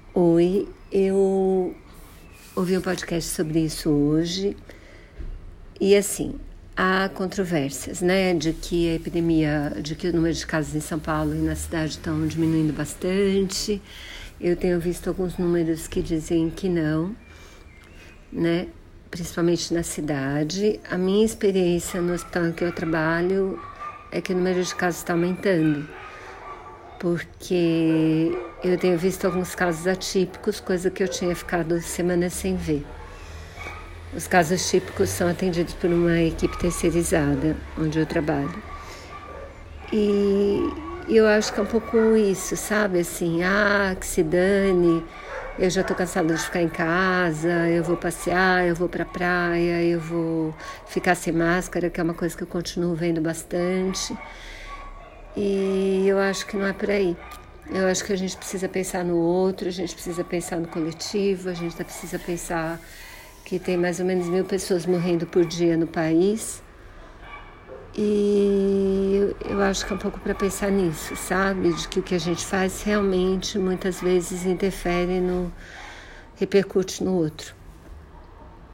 Oi, eu ouvi um podcast sobre isso hoje e assim, há controvérsias, né, de que a epidemia, de que o número de casos em São Paulo e na cidade estão diminuindo bastante. Eu tenho visto alguns números que dizem que não, né, principalmente na cidade. A minha experiência no hospital em que eu trabalho é que o número de casos está aumentando, porque eu tenho visto alguns casos atípicos, coisa que eu tinha ficado semanas sem ver. Os casos típicos são atendidos por uma equipe terceirizada, onde eu trabalho. E eu acho que é um pouco isso, sabe? Assim, que se dane, eu já tô cansada de ficar em casa, eu vou passear, eu vou pra praia, eu vou ficar sem máscara, que é uma coisa que eu continuo vendo bastante. E eu acho que não é por aí. Eu acho que a gente precisa pensar no outro, a gente precisa pensar no coletivo, a gente precisa pensar que tem mais ou menos 1.000 pessoas morrendo por dia no país. E eu acho que é um pouco para pensar nisso, sabe? De que o que a gente faz realmente muitas vezes interfere repercute no outro.